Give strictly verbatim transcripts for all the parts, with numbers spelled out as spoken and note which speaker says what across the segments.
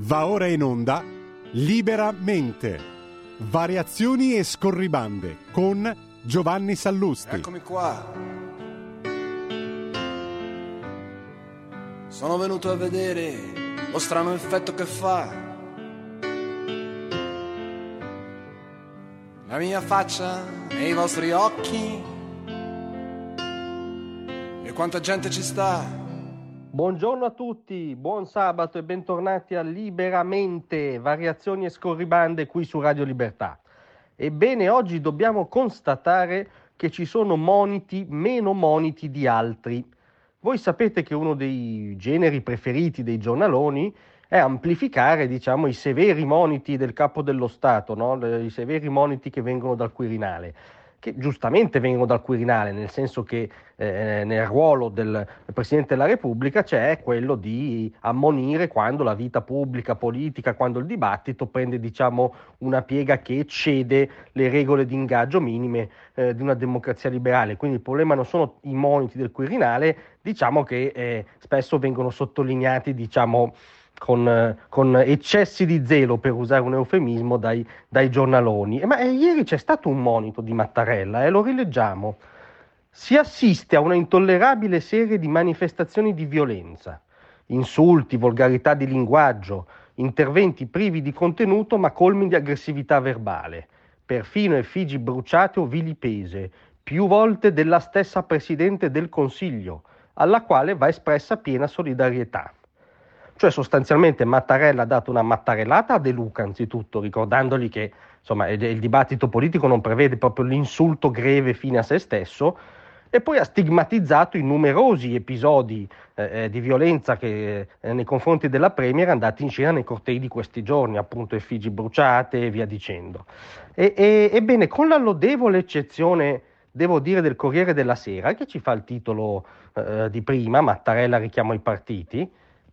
Speaker 1: Va ora in onda Liberamente, variazioni e scorribande con Giovanni Sallusti.
Speaker 2: Eccomi qua. Sono venuto a vedere lo strano effetto che fa la mia faccia nei vostri occhi e quanta gente ci sta.
Speaker 3: Buongiorno a tutti, buon sabato e bentornati a Liberamente, variazioni e scorribande qui su Radio Libertà. Ebbene, oggi dobbiamo constatare che ci sono moniti meno moniti di altri. Voi sapete che uno dei generi preferiti dei giornaloni è amplificare, diciamo, i severi moniti del Capo dello Stato, no? I severi moniti che vengono dal Quirinale, che giustamente vengono dal Quirinale, nel senso che eh, nel ruolo del Presidente della Repubblica c'è quello di ammonire quando la vita pubblica, politica, quando il dibattito prende, diciamo, una piega che eccede le regole di ingaggio minime eh, di una democrazia liberale. Quindi il problema non sono i moniti del Quirinale, diciamo che eh, spesso vengono sottolineati, diciamo, Con, con eccessi di zelo, per usare un eufemismo, dai, dai giornaloni. Eh, ma eh, ieri c'è stato un monito di Mattarella e eh, lo rileggiamo. Si assiste a una intollerabile serie di manifestazioni di violenza, insulti, volgarità di linguaggio, interventi privi di contenuto ma colmi di aggressività verbale, perfino effigi bruciate o vilipese, più volte della stessa Presidente del Consiglio, alla quale va espressa piena solidarietà. Cioè sostanzialmente Mattarella ha dato una mattarellata a De Luca anzitutto, ricordandogli che insomma il, il dibattito politico non prevede proprio l'insulto greve fine a se stesso, e poi ha stigmatizzato i numerosi episodi eh, di violenza che eh, nei confronti della Premier andati in scena nei cortei di questi giorni, appunto effigi bruciate e via dicendo. E, e, ebbene, con la lodevole eccezione, devo dire, del Corriere della Sera, che ci fa il titolo eh, di prima, Mattarella richiama i partiti,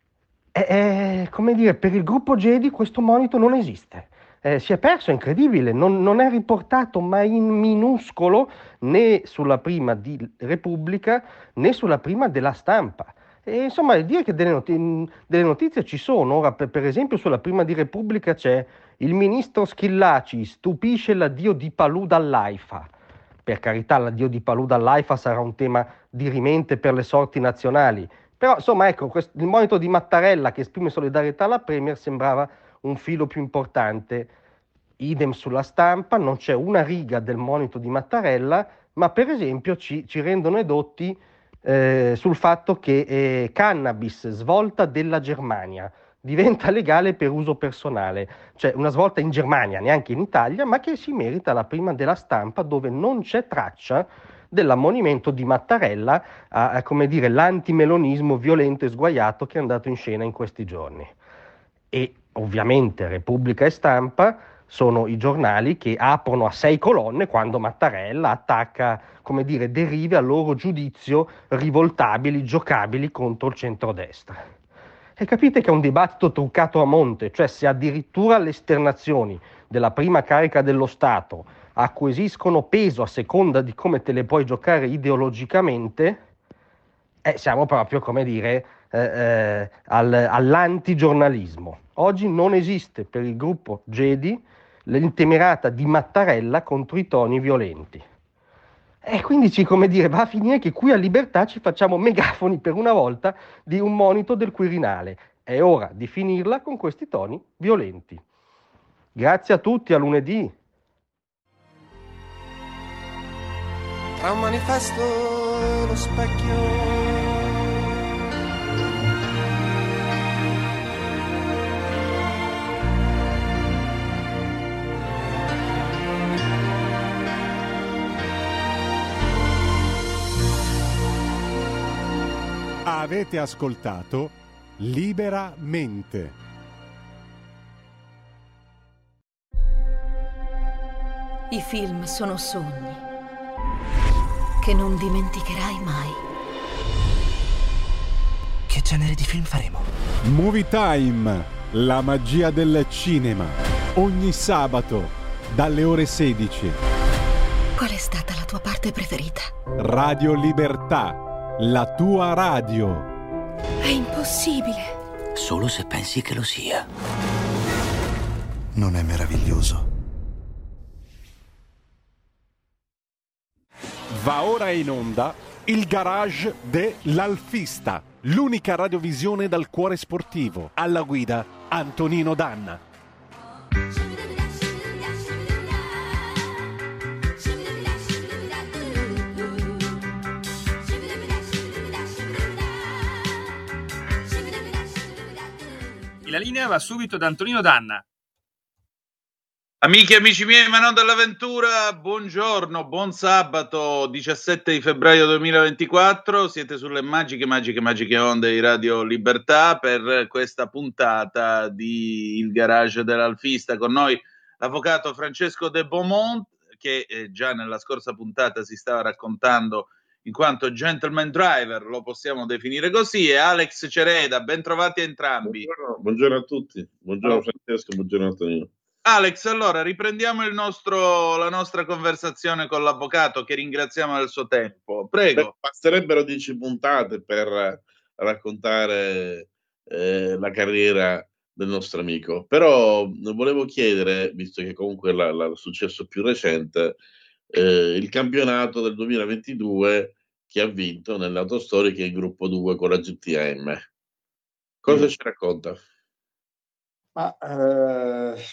Speaker 3: Eh, eh, come dire, per il gruppo Gedi questo monito non esiste, eh, si è perso, è incredibile, non, non è riportato mai in minuscolo né sulla prima di Repubblica né sulla prima della Stampa. E insomma, dire che delle, noti- delle notizie ci sono. Ora, per, per esempio, sulla prima di Repubblica c'è: il ministro Schillaci stupisce l'addio di Palù dall'AIFA. Per carità, l'addio di Palù dall'AIFA sarà un tema dirimente per le sorti nazionali. Però insomma, ecco, questo, il monito di Mattarella che esprime solidarietà alla Premier sembrava un filo più importante. Idem sulla Stampa, non c'è una riga del monito di Mattarella, ma per esempio ci, ci rendono edotti eh, sul fatto che eh, cannabis, svolta della Germania, diventa legale per uso personale. Cioè una svolta in Germania, neanche in Italia, ma che si merita la prima della Stampa, dove non c'è traccia dell'ammonimento di Mattarella a, a come dire, l'antimelonismo violento e sguaiato che è andato in scena in questi giorni. E ovviamente Repubblica e Stampa sono i giornali che aprono a sei colonne quando Mattarella attacca, come dire, derive a loro giudizio rivoltabili, giocabili contro il centrodestra. E capite che è un dibattito truccato a monte, cioè se addirittura le esternazioni della prima carica dello Stato acquisiscono peso a seconda di come te le puoi giocare ideologicamente, eh, siamo proprio, come dire, eh, eh, al, all'antigiornalismo. Oggi non esiste per il gruppo Gedi l'intemerata di Mattarella contro i toni violenti. E quindi, ci, come dire, va a finire che qui a Libertà ci facciamo megafoni per una volta di un monito del Quirinale. È ora di finirla con questi toni violenti. Grazie a tutti, a lunedì.
Speaker 2: Tra un manifesto e lo specchio,
Speaker 1: avete ascoltato Liberamente.
Speaker 4: I film sono sogni che non dimenticherai mai.
Speaker 5: Che genere di film faremo?
Speaker 1: Movie Time, la magia del cinema. Ogni sabato, dalle ore sedici.
Speaker 4: Qual è stata la tua parte preferita?
Speaker 1: Radio Libertà, la tua radio.
Speaker 4: È impossibile.
Speaker 5: Solo se pensi che lo sia. non è meraviglioso?
Speaker 1: Va ora in onda il garage dell'Alfista, l'unica radiovisione dal cuore sportivo. Alla guida Antonino Danna.
Speaker 6: La linea va subito da Antonino Danna.
Speaker 7: Amiche e amici miei, ma non dall'avventura, buongiorno, buon sabato diciassette di febbraio duemilaventiquattro. Siete sulle magiche, magiche, magiche onde di Radio Libertà per questa puntata di Il Garage dell'Alfista. Con noi l'avvocato Francesco De Beaumont, che eh, già nella scorsa puntata si stava raccontando in quanto gentleman driver, lo possiamo definire così, e Alex Cereda. Ben trovati a entrambi.
Speaker 8: Buongiorno, buongiorno a tutti, buongiorno oh. Francesco, buongiorno Antonino.
Speaker 7: Alex, allora riprendiamo il nostro, la nostra conversazione con l'avvocato, che ringraziamo del suo tempo. Prego.
Speaker 8: Beh, basterebbero dieci puntate per raccontare eh, la carriera del nostro amico, però volevo chiedere, visto che comunque la, la, il successo più recente, eh, il campionato del duemilaventidue che ha vinto nell'autostorica il gruppo due con la G T M. Cosa mm. ci racconta?
Speaker 9: Ma eh,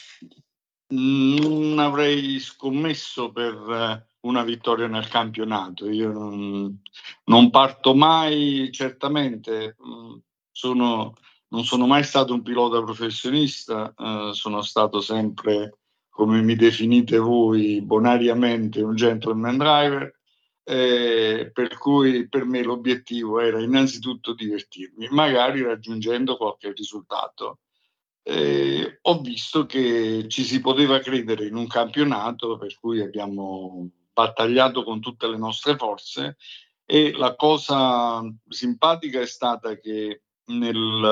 Speaker 9: non avrei scommesso per una vittoria nel campionato. Io non, non parto mai, certamente, sono, non sono mai stato un pilota professionista, eh, sono stato sempre, come mi definite voi, bonariamente un gentleman driver, eh, per cui per me l'obiettivo era innanzitutto divertirmi, magari raggiungendo qualche risultato. Eh, ho visto che ci si poteva credere in un campionato, per cui abbiamo battagliato con tutte le nostre forze, e la cosa simpatica è stata che nel,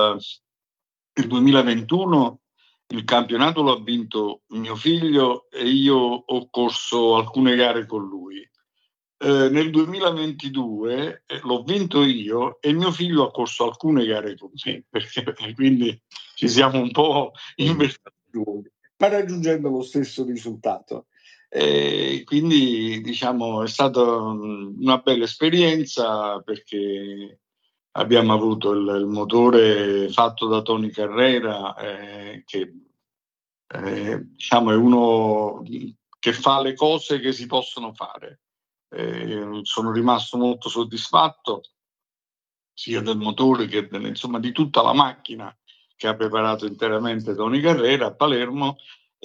Speaker 9: nel duemilaventuno il campionato lo ha vinto mio figlio e io ho corso alcune gare con lui. Eh, nel duemilaventidue eh, l'ho vinto io e mio figlio ha corso alcune gare con me, perché, perché quindi ci siamo un po' invertiti, ma raggiungendo lo stesso risultato. E quindi diciamo è stata una bella esperienza, perché abbiamo avuto il, il motore fatto da Tony Carrera, eh, che eh, diciamo è uno che fa le cose che si possono fare. Eh, sono rimasto molto soddisfatto sia del motore che del, insomma, di tutta la macchina che ha preparato interamente Tony Carrera a Palermo,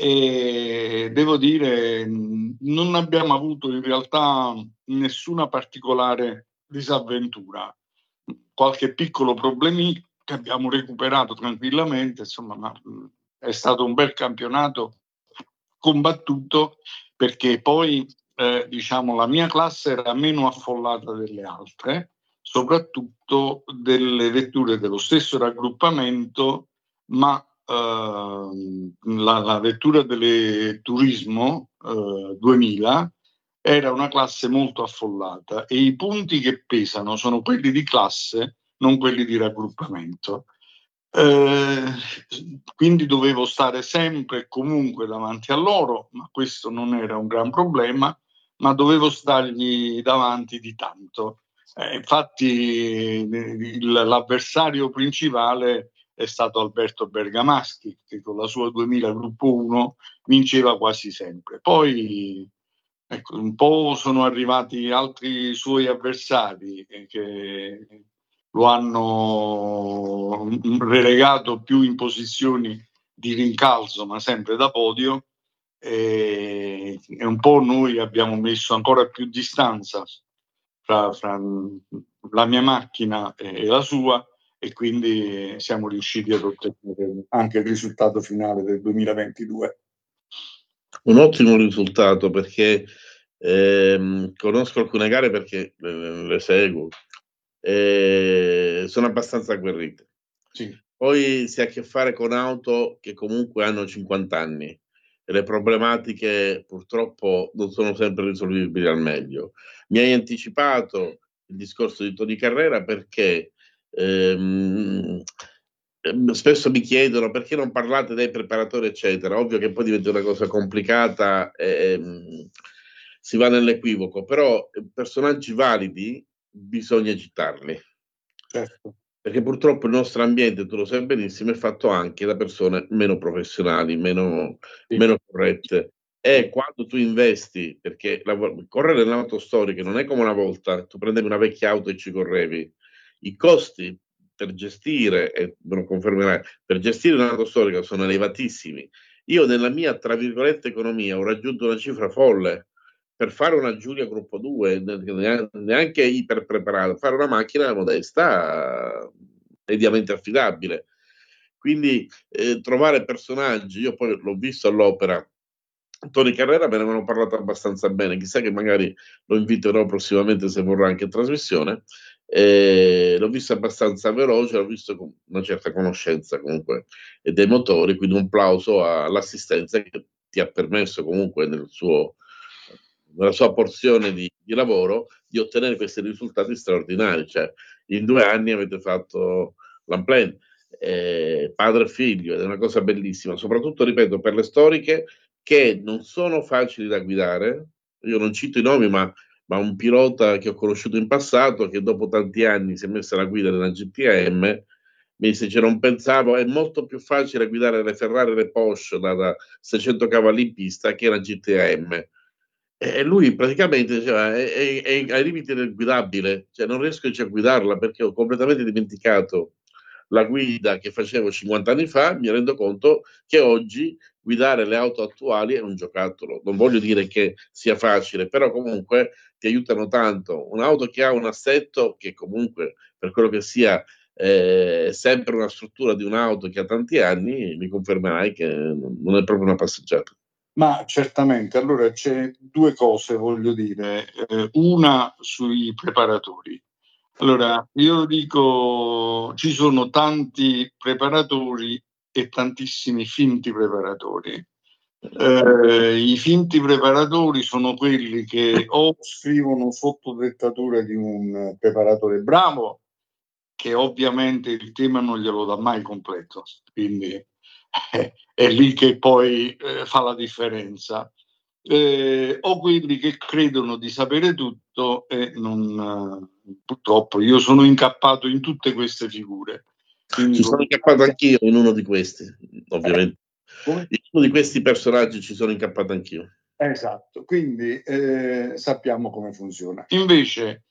Speaker 9: e devo dire non abbiamo avuto in realtà nessuna particolare disavventura, qualche piccolo problemino che abbiamo recuperato tranquillamente, insomma, ma è stato un bel campionato combattuto, perché poi Eh, diciamo la mia classe era meno affollata delle altre, soprattutto delle vetture dello stesso raggruppamento, ma eh, la, la vettura delle Turismo eh, duemila era una classe molto affollata, e i punti che pesano sono quelli di classe, non quelli di raggruppamento. Eh, quindi dovevo stare sempre e comunque davanti a loro, ma questo non era un gran problema, ma dovevo stargli davanti di tanto. Eh, infatti il, l'avversario principale è stato Alberto Bergamaschi, che con la sua duemila gruppo uno vinceva quasi sempre. Poi ecco, un po' sono arrivati altri suoi avversari eh, che lo hanno relegato più in posizioni di rincalzo, ma sempre da podio, e, e un po' noi abbiamo messo ancora più distanza fra, fra la mia macchina e, e la sua, e quindi siamo riusciti ad ottenere anche il risultato finale del duemilaventidue.
Speaker 8: Un ottimo risultato, perché ehm, conosco alcune gare, perché le, le seguo, e sono abbastanza agguerrite.
Speaker 9: Sì.
Speaker 8: Poi si ha a che fare con auto che comunque hanno cinquanta anni e le problematiche purtroppo non sono sempre risolvibili al meglio. Mi hai anticipato il discorso di Tony Carrera, perché ehm, spesso mi chiedono perché non parlate dei preparatori, eccetera. Ovvio che poi diventa una cosa complicata e mh, si va nell'equivoco, però personaggi validi bisogna citarli.
Speaker 9: Certo.
Speaker 8: Perché purtroppo il nostro ambiente, tu lo sai benissimo, è fatto anche da persone meno professionali, meno,
Speaker 9: Sì.
Speaker 8: meno corrette. E quando tu investi, perché la, correre nell'auto storiche non è come una volta, tu prendevi una vecchia auto e ci correvi. I costi per gestire, e me lo confermerai, per gestire un'auto storica sono elevatissimi. Io nella mia, tra virgolette, economia ho raggiunto una cifra folle. Per fare una Giulia gruppo due, neanche iper preparata, fare una macchina modesta, mediamente affidabile. Quindi eh, trovare personaggi, io poi l'ho visto all'opera, Tony Carrera me ne avevano parlato abbastanza bene, chissà che magari lo inviterò prossimamente se vorrà anche in trasmissione. Eh, l'ho visto abbastanza veloce, l'ho visto con una certa conoscenza comunque dei motori, quindi un plauso all'assistenza che ti ha permesso comunque nel suo, nella sua porzione di, di lavoro di ottenere questi risultati straordinari. Cioè, in due anni avete fatto l'Unplanned, eh, padre e figlio, ed è una cosa bellissima, soprattutto, ripeto, per le storiche che non sono facili da guidare. Io non cito i nomi, ma, ma un pilota che ho conosciuto in passato che dopo tanti anni si è messo alla guida della G T M, mi dice, cioè, non pensavo, è molto più facile guidare le Ferrari e le Porsche da, da seicento cavalli in pista che la G T M. E lui praticamente diceva, è, è, è ai limiti del guidabile, cioè non riesco a guidarla perché ho completamente dimenticato la guida che facevo cinquanta anni fa. Mi rendo conto che oggi guidare le auto attuali è un giocattolo. Non voglio dire che sia facile, però comunque ti aiutano tanto. Un'auto che ha un assetto che comunque, per quello che sia, eh, è sempre una struttura di un'auto che ha tanti anni, mi confermerai che non è proprio una passeggiata.
Speaker 9: Ma certamente, allora c'è due cose, voglio dire, eh, una sui preparatori. Allora, io dico, ci sono tanti preparatori e tantissimi finti preparatori. Eh, I finti preparatori sono quelli che o scrivono sotto dettatura di un preparatore bravo, che ovviamente il tema non glielo dà mai completo, quindi eh, è lì che poi eh, fa la differenza. Eh, o quelli che credono di sapere tutto e non, eh, purtroppo io sono incappato in tutte queste figure. Quindi
Speaker 8: ci sono incappato anch'io in uno di questi, ovviamente.
Speaker 9: Come?
Speaker 8: In uno di questi personaggi ci sono incappato anch'io.
Speaker 9: Esatto, quindi eh, sappiamo come funziona. Invece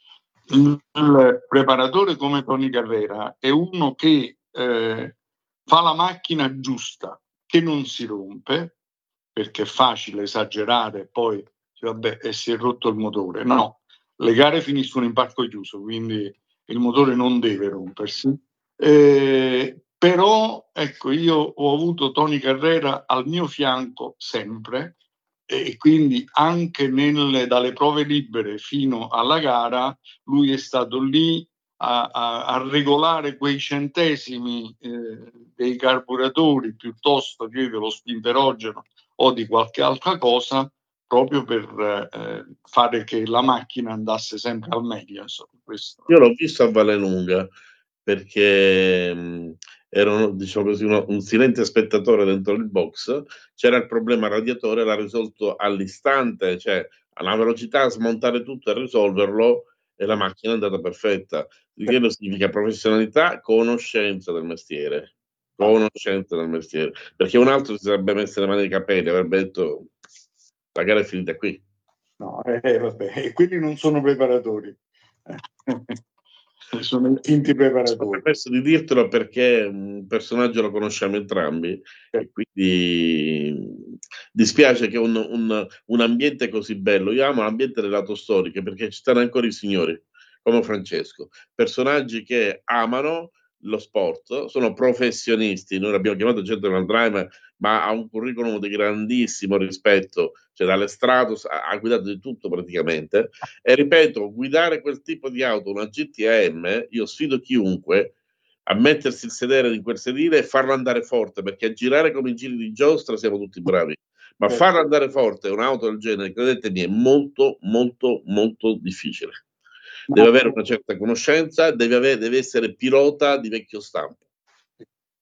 Speaker 9: il preparatore come Tony Carrera è uno che eh, fa la macchina giusta, che non si rompe, perché è facile esagerare, poi vabbè, e si è rotto il motore. No, le gare finiscono in parco chiuso, quindi il motore non deve rompersi. Eh, però, ecco, io ho avuto Tony Carrera al mio fianco sempre, e quindi anche nelle, dalle prove libere fino alla gara, lui è stato lì a, a, a regolare quei centesimi eh, dei carburatori piuttosto che dello spinterogeno o di qualche altra cosa, proprio per eh, fare che la macchina andasse sempre al meglio. Insomma, questo.
Speaker 8: Io l'ho visto a Vallelunga perché mh, ero, diciamo così, uno, un silente spettatore dentro il box. C'era il problema radiatore, l'ha risolto all'istante, cioè alla velocità a smontare tutto e a risolverlo, e la macchina è andata perfetta. Quello significa professionalità, conoscenza del mestiere. Conoscenza del mestiere. Perché un altro si sarebbe messo le mani nei capelli, avrebbe detto la gara è finita qui.
Speaker 9: No, eh, vabbè, e quelli non sono preparatori. Sono i finti preparatori.
Speaker 8: Ho permesso di dirtelo perché un personaggio lo conosciamo entrambi, e quindi dispiace che un, un, un ambiente così bello, io amo l'ambiente delle auto storiche perché ci stanno ancora i signori come Francesco, personaggi che amano lo sport, sono professionisti. Noi l'abbiamo chiamato gentleman driver, ma ha un curriculum di grandissimo rispetto, cioè dalle Stratos ha guidato di tutto praticamente, e ripeto, guidare quel tipo di auto, una G T M, io sfido chiunque a mettersi il sedere in quel sedile e farlo andare forte, perché a girare come i giri di giostra siamo tutti bravi, ma farlo andare forte un'auto del genere, credetemi, è molto molto molto difficile. Deve avere una certa conoscenza, deve, avere, deve essere pilota di vecchio stampo.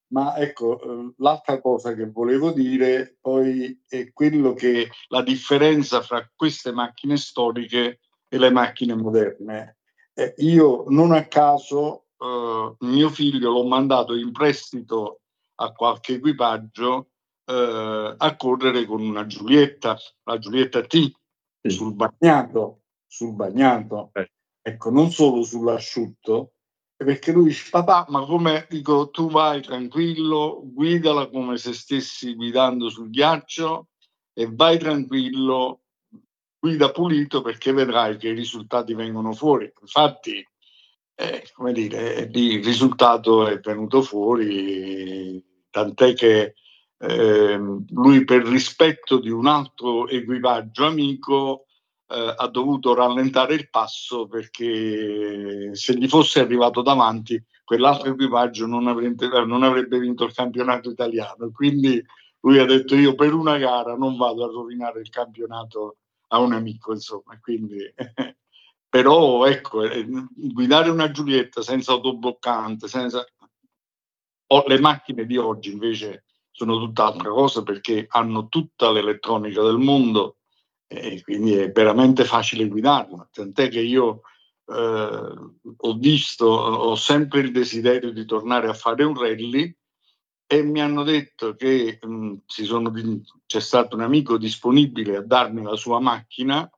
Speaker 9: Ma ecco, eh, l'altra cosa che volevo dire poi è quello che la differenza fra queste macchine storiche e le macchine moderne. Eh, io non a caso eh, mio figlio l'ho mandato in prestito a qualche equipaggio eh, a correre con una Giulietta, la Giulietta T,
Speaker 8: Sì.
Speaker 9: sul bagnato, sul bagnato,
Speaker 8: Eh.
Speaker 9: ecco, non solo sull'asciutto, perché lui dice: papà, ma come, dico, tu vai tranquillo, guidala come se stessi guidando sul ghiaccio e vai tranquillo, guida pulito, perché vedrai che i risultati vengono fuori. Infatti, eh, come dire, il risultato è venuto fuori, tant'è che eh, lui, per rispetto di un altro equipaggio amico, eh, ha dovuto rallentare il passo, perché se gli fosse arrivato davanti quell'altro equipaggio non avrebbe, non avrebbe vinto il campionato italiano. Quindi lui ha detto: io per una gara non vado a rovinare il campionato a un amico, insomma. Quindi però ecco, eh, guidare una Giulietta senza autobloccante, senza... O le macchine di oggi invece sono tutt'altra cosa, perché hanno tutta l'elettronica del mondo e quindi è veramente facile guidarla. Tant'è che io eh, ho visto, ho sempre il desiderio di tornare a fare un rally, e mi hanno detto che mh, si sono, c'è stato un amico disponibile a darmi la sua macchina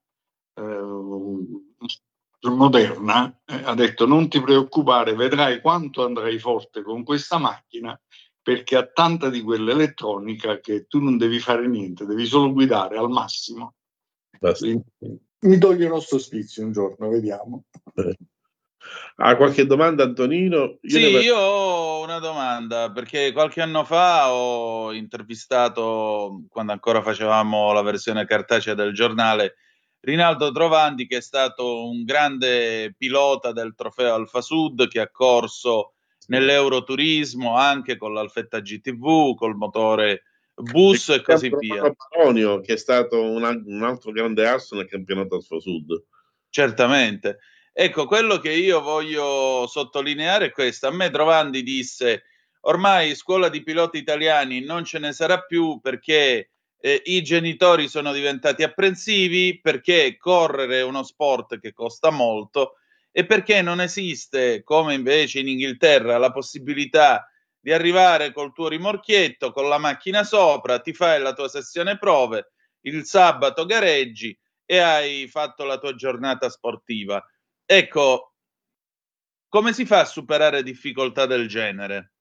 Speaker 9: eh, moderna, eh, ha detto: non ti preoccupare, vedrai quanto andrai forte con questa macchina, perché ha tanta di quell'elettronica che tu non devi fare niente, devi solo guidare al massimo. Quindi, mi toglierò sto sfizio un giorno, vediamo.
Speaker 8: Eh. Ha qualche domanda, Antonino?
Speaker 7: Io sì, ne... io ho una domanda, perché qualche anno fa ho intervistato, quando ancora facevamo la versione cartacea del giornale, Rinaldo Trovandi, che è stato un grande pilota del trofeo Alfa Sud, che ha corso nell'Euroturismo anche con l'Alfetta G T V, col motore bus e, e così via.
Speaker 8: Paronio, che è stato un, un altro grande asso nel campionato Alfa Sud.
Speaker 7: Certamente. Ecco, quello che io voglio sottolineare è questo. A me Trovandi disse: ormai scuola di piloti italiani non ce ne sarà più, perché eh, i genitori sono diventati apprensivi, perché correre è uno sport che costa molto e perché non esiste, come invece in Inghilterra, la possibilità di arrivare col tuo rimorchietto, con la macchina sopra, ti fai la tua sessione prove, il sabato gareggi e hai fatto la tua giornata sportiva. Ecco, come si fa a superare difficoltà del genere?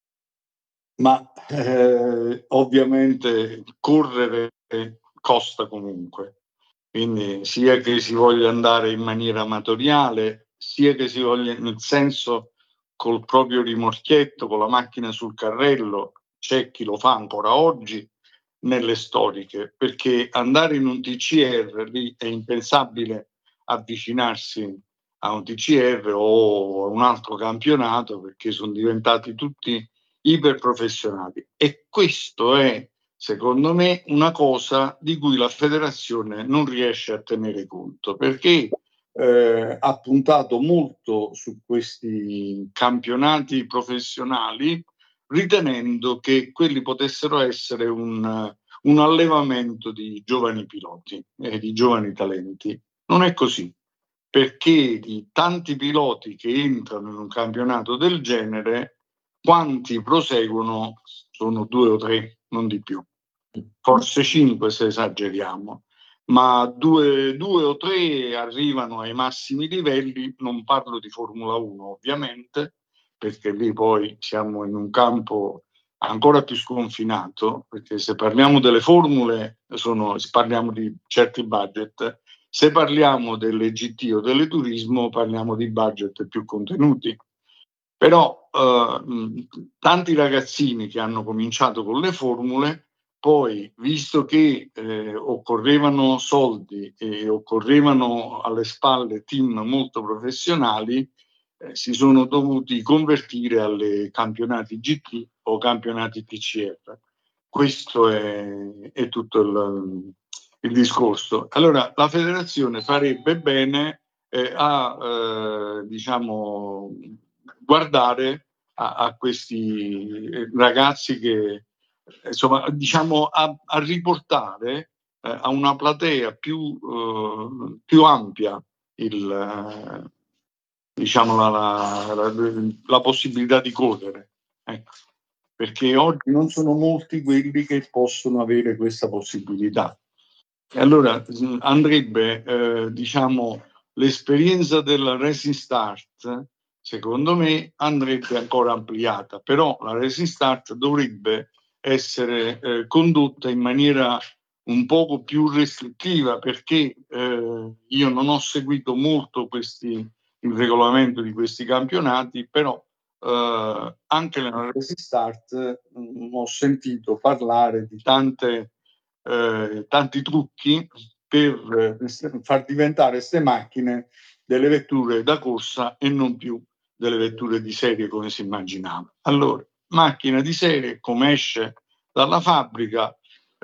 Speaker 9: Ma eh, ovviamente correre costa comunque, quindi sia che si voglia andare in maniera amatoriale, sia che si voglia, nel senso, col proprio rimorchietto, con la macchina sul carrello. C'è chi lo fa ancora oggi nelle storiche, perché andare in un T C R lì è impensabile avvicinarsi a un T C R o a un altro campionato, perché sono diventati tutti iperprofessionali, e questo è, secondo me, una cosa di cui la federazione non riesce a tenere conto, perché eh, ha puntato molto su questi campionati professionali, ritenendo che quelli potessero essere un, un allevamento di giovani piloti e eh, di giovani talenti. Non è così, perché di tanti piloti che entrano in un campionato del genere, quanti proseguono sono due o tre, non di più, forse cinque se esageriamo, ma due, due o tre arrivano ai massimi livelli. Non parlo di Formula uno ovviamente, perché lì poi siamo in un campo ancora più sconfinato, perché se parliamo delle formule sono, parliamo di certi budget, se parliamo delle G T o delle turismo parliamo di budget più contenuti. Però eh, tanti ragazzini che hanno cominciato con le formule, poi, visto che eh, occorrevano soldi e occorrevano alle spalle team molto professionali, eh, si sono dovuti convertire alle campionati G T o campionati T C R. Questo è, è tutto il, il discorso. Allora, la federazione farebbe bene eh, a, eh, diciamo, guardare a, a questi ragazzi che, insomma, diciamo, a, a riportare eh, a una platea più, eh, più ampia il, eh, diciamo, la, la, la, la possibilità di correre. Ecco. Perché oggi non sono molti quelli che possono avere questa possibilità. E allora andrebbe, eh, diciamo, l'esperienza del Racing Start, secondo me, andrebbe ancora ampliata, però la Racing Start dovrebbe essere eh, condotta in maniera un poco più restrittiva, perché eh, io non ho seguito molto questi, il regolamento di questi campionati, però Uh, anche nella Racing Start mh, ho sentito parlare di tante, uh, tanti trucchi per uh, far diventare queste macchine delle vetture da corsa e non più delle vetture di serie come si immaginava. Allora, macchina di serie come esce dalla fabbrica,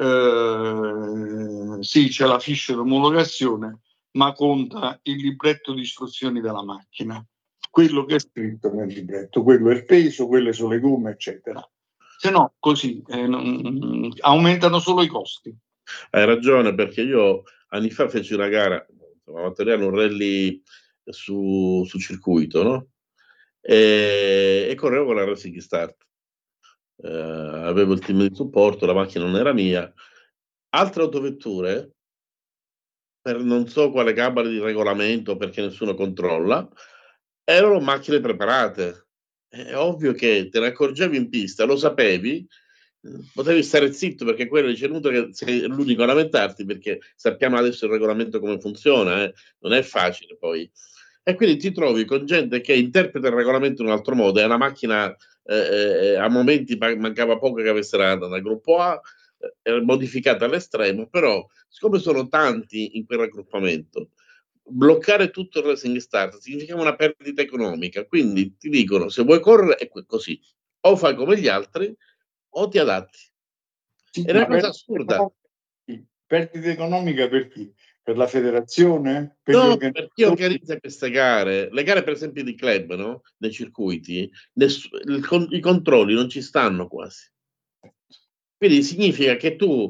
Speaker 9: uh, sì, c'è la fiche d'omologazione, ma conta il libretto di istruzioni della macchina. Quello che è scritto nel libretto, quello è il peso, quelle sono le gomme, eccetera. Se no, così eh, non, aumentano solo i costi.
Speaker 8: Hai ragione, perché io anni fa feci una gara, a Torino, un rally su, su circuito, no? E, e correvo con la Racing Start. Eh, avevo il team di supporto, la macchina non era mia. Altre autovetture, per non so quale cabala di regolamento, perché nessuno controlla, erano macchine preparate. È ovvio che te ne accorgevi in pista, lo sapevi, potevi stare zitto perché quello è tenuto che sei l'unico a lamentarti, perché sappiamo adesso il regolamento come funziona, eh? Non è facile poi. E quindi ti trovi con gente che interpreta il regolamento in un altro modo. È una macchina, eh, a momenti mancava poco che avesse la, la gruppo A, eh, modificata all'estremo, però siccome sono tanti in quel raggruppamento, bloccare tutto il Racing Start significa una perdita economica, quindi ti dicono se vuoi correre è così, o fai come gli altri o ti adatti.
Speaker 9: Sì,
Speaker 8: è una cosa assurda.
Speaker 9: Perdita economica per chi? Per la federazione? Per
Speaker 8: no, per chi organizza queste gare, le gare per esempio di club, no? Nei circuiti, ness- il, i controlli non ci stanno quasi, quindi significa che tu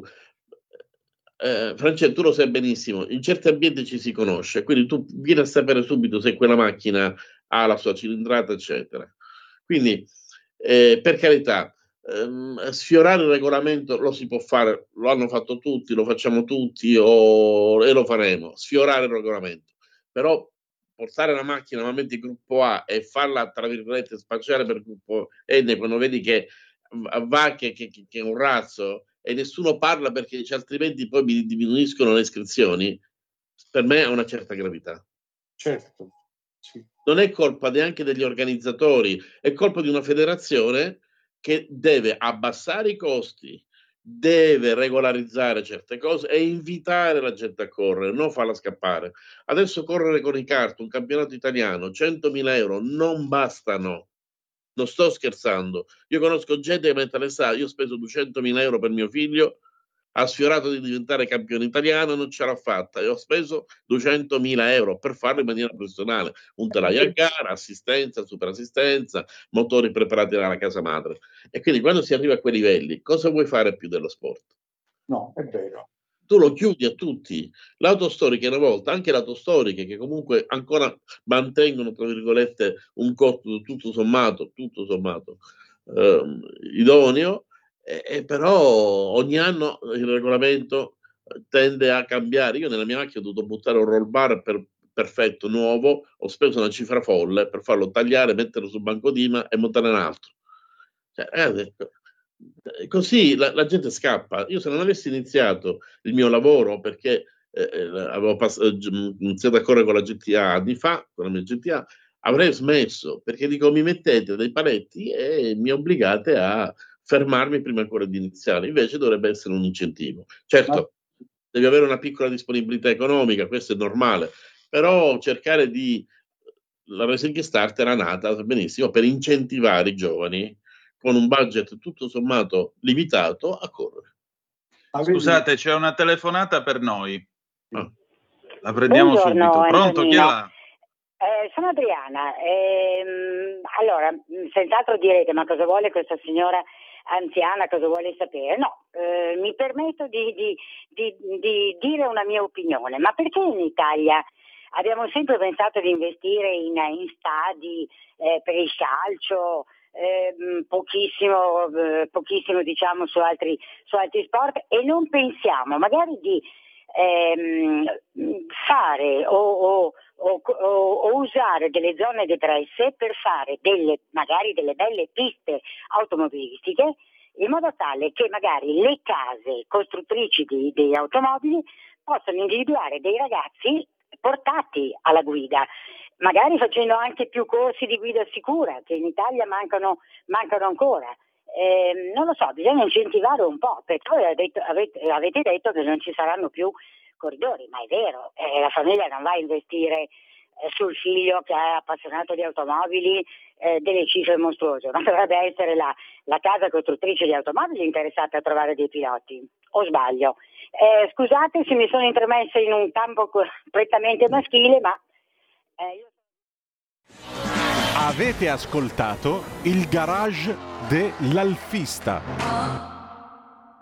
Speaker 8: Eh, Francesco, tu lo sai benissimo, in certi ambienti ci si conosce, quindi tu vieni a sapere subito se quella macchina ha la sua cilindrata, eccetera. Quindi, eh, per carità, ehm, sfiorare il regolamento lo si può fare, lo hanno fatto tutti, lo facciamo tutti o, e lo faremo, sfiorare il regolamento. Però portare la macchina normalmente in gruppo A e farla, tra virgolette, spacciare per gruppo N, quando vedi che va che, che, che è un razzo, e nessuno parla perché altrimenti poi mi diminuiscono le iscrizioni, per me ha una certa gravità.
Speaker 9: Certo, sì.
Speaker 8: Non è colpa neanche degli organizzatori, è colpa di una federazione che deve abbassare i costi, deve regolarizzare certe cose e invitare la gente a correre, non farla scappare. Adesso correre con i kart, un campionato italiano, centomila euro non bastano. Non sto scherzando, io conosco gente che mette le sa, io ho speso duecentomila euro per mio figlio, ha sfiorato di diventare campione italiano e non ce l'ha fatta, e ho speso duecentomila euro per farlo in maniera professionale, un telaio a gara, assistenza, superassistenza, motori preparati dalla casa madre. E quindi quando si arriva a quei livelli, cosa vuoi fare più dello sport?
Speaker 9: No, è vero.
Speaker 8: Tu lo chiudi a tutti. L'autostoriche una volta, anche le autostoriche che comunque ancora mantengono, tra virgolette, un costo tutto sommato, tutto sommato eh, idoneo, e, e però ogni anno il regolamento tende a cambiare. Io nella mia macchina ho dovuto buttare un roll bar per, perfetto, nuovo, ho speso una cifra folle per farlo tagliare, metterlo sul banco d'ima e montare un altro. Cioè, eh, così la, la gente scappa. Io se non avessi iniziato il mio lavoro, perché eh, avevo pass- iniziato a correre con la G T A anni fa, con la mia G T A, avrei smesso, perché dico mi mettete dei paletti e mi obbligate a fermarmi prima ancora di iniziare. Invece dovrebbe essere un incentivo. Certo, ma... devi avere una piccola disponibilità economica, questo è normale, però cercare di... La Racing Start era nata benissimo per incentivare i giovani con un budget tutto sommato limitato a correre.
Speaker 7: Scusate, c'è una telefonata per noi. Ah. La prendiamo Buongiorno, subito. Pronto? Antonino. Chi è là?
Speaker 10: Eh, sono Adriana. Ehm, allora, senz'altro direte, ma cosa vuole questa signora anziana, cosa vuole sapere? No, eh, mi permetto di, di, di, di dire una mia opinione. Ma perché in Italia abbiamo sempre pensato di investire in, in stadi eh, per il calcio, eh, pochissimo, eh, pochissimo diciamo su altri, su altri sport, e non pensiamo magari di ehm, fare o, o, o, o usare delle zone depresse per fare delle, magari delle belle piste automobilistiche, in modo tale che magari le case costruttrici di, di automobili possano individuare dei ragazzi portati alla guida, magari facendo anche più corsi di guida sicura, che in Italia mancano, mancano ancora. Eh, non lo so, bisogna incentivare un po', perché voi avete detto, avete, avete detto che non ci saranno più corridori, ma è vero, eh, la famiglia non va a investire eh, sul figlio che è appassionato di automobili eh, delle cifre mostruose, ma dovrebbe essere la, la casa costruttrice di automobili interessata a trovare dei piloti, o sbaglio? Eh, scusate se mi sono intromessa in un campo prettamente maschile, ma eh, io...
Speaker 1: Avete ascoltato il garage dell'Alfista.